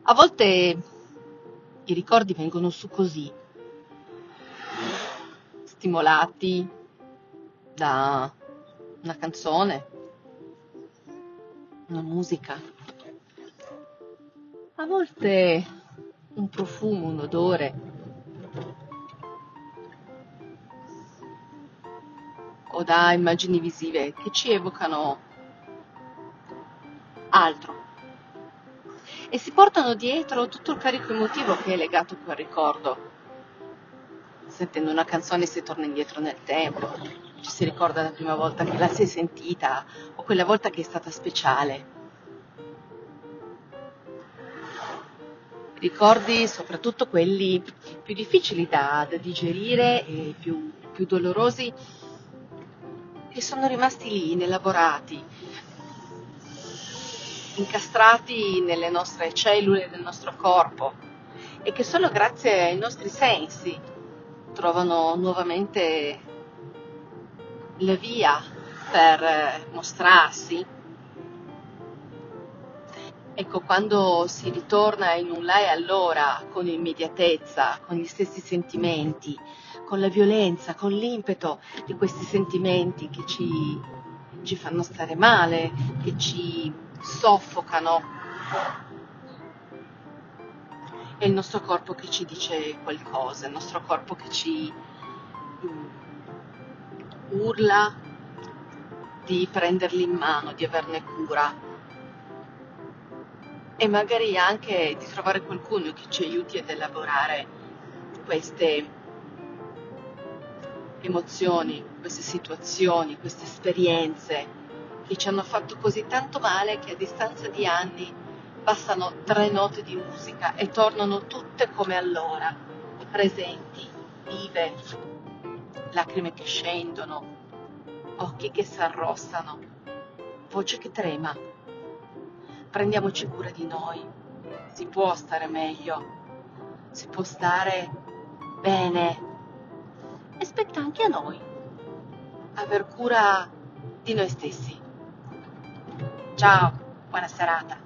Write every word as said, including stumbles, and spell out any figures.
A volte i ricordi vengono su così, stimolati da una canzone, una musica, a volte un profumo, un odore, o da immagini visive che ci evocano altro e si portano dietro tutto il carico emotivo che è legato a quel ricordo. Sentendo una canzone si torna indietro nel tempo, ci si ricorda la prima volta che la si è sentita o quella volta che è stata speciale. Ricordi soprattutto quelli più difficili da, da digerire e più, più dolorosi, che sono rimasti lì, inelaborati, incastrati nelle nostre cellule del nostro corpo e che solo grazie ai nostri sensi trovano nuovamente la via per eh, mostrarsi. Ecco, quando si ritorna in un là e allora, con immediatezza, con gli stessi sentimenti, con la violenza, con l'impeto di questi sentimenti che ci, ci fanno stare male, che ci soffocano, è il nostro corpo che ci dice qualcosa, il nostro corpo che ci mm, urla di prenderli in mano, di averne cura e magari anche di trovare qualcuno che ci aiuti ad elaborare queste emozioni, queste situazioni, queste esperienze che ci hanno fatto così tanto male che a distanza di anni bastano tre note di musica e tornano tutte come allora, presenti, vive, lacrime che scendono, occhi che si arrossano, voce che trema. Prendiamoci cura di noi, si può stare meglio, si può stare bene e spetta anche a noi aver cura di noi stessi. Ciao, buona serata.